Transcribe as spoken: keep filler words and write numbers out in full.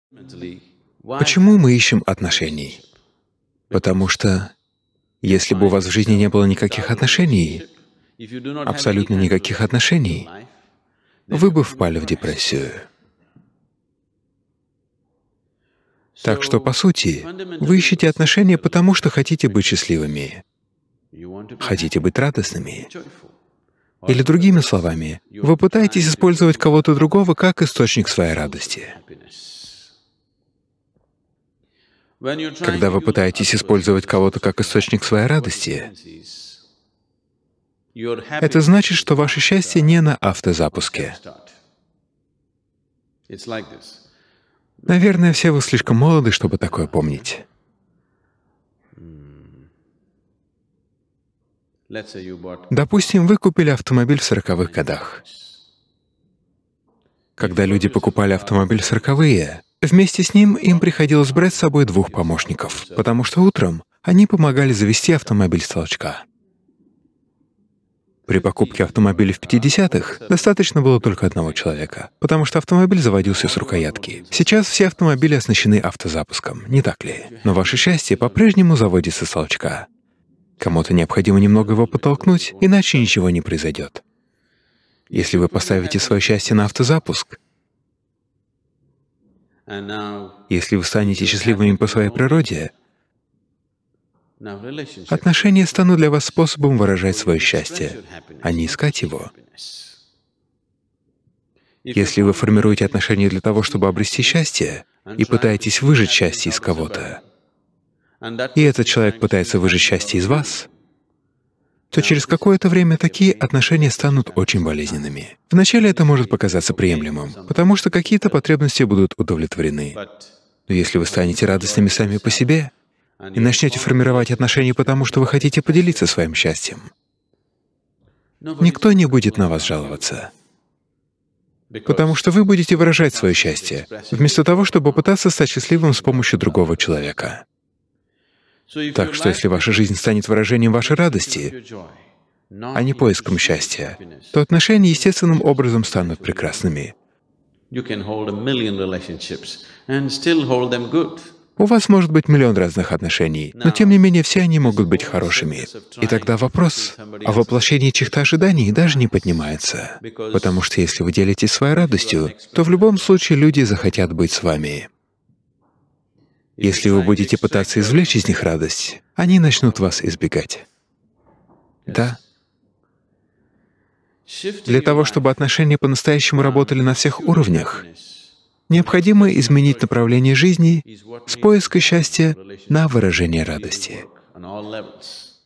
Почему мы ищем отношений? Потому что если бы у вас в жизни не было никаких отношений, абсолютно никаких отношений, вы бы впали в депрессию. Так что, по сути, вы ищете отношения потому, что хотите быть счастливыми, хотите быть радостными. Или другими словами, вы пытаетесь использовать кого-то другого как источник своей радости. Когда вы пытаетесь использовать кого-то как источник своей радости, это значит, что ваше счастье не на автозапуске. Наверное, все вы слишком молоды, чтобы такое помнить. Допустим, вы купили автомобиль в сороковых годах. Когда люди покупали автомобиль в сороковые, вместе с ним им приходилось брать с собой двух помощников, потому что утром они помогали завести автомобиль с толчка. При покупке автомобиля в пятидесятых достаточно было только одного человека, потому что автомобиль заводился с рукоятки. Сейчас все автомобили оснащены автозапуском, не так ли? Но ваше счастье по-прежнему заводится с толчка. Кому-то необходимо немного его подтолкнуть, иначе ничего не произойдет. Если вы поставите свое счастье на автозапуск, если вы станете счастливыми по своей природе, отношения станут для вас способом выражать свое счастье, а не искать его. Если вы формируете отношения для того, чтобы обрести счастье, и пытаетесь выжать счастье из кого-то, и этот человек пытается выжать счастье из вас, то через какое-то время такие отношения станут очень болезненными. Вначале это может показаться приемлемым, потому что какие-то потребности будут удовлетворены. Но если вы станете радостными сами по себе и начнете формировать отношения потому, что вы хотите поделиться своим счастьем, никто не будет на вас жаловаться, потому что вы будете выражать свое счастье, вместо того, чтобы пытаться стать счастливым с помощью другого человека. Так что если ваша жизнь станет выражением вашей радости, а не поиском счастья, то отношения естественным образом станут прекрасными. У вас может быть миллион разных отношений, но тем не менее все они могут быть хорошими. И тогда вопрос о воплощении чьих-то ожиданий даже не поднимается. Потому что если вы делитесь своей радостью, то в любом случае люди захотят быть с вами. Если вы будете пытаться извлечь из них радость, они начнут вас избегать. Да. Для того, чтобы отношения по-настоящему работали на всех уровнях, необходимо изменить направление жизни с поиска счастья на выражение радости.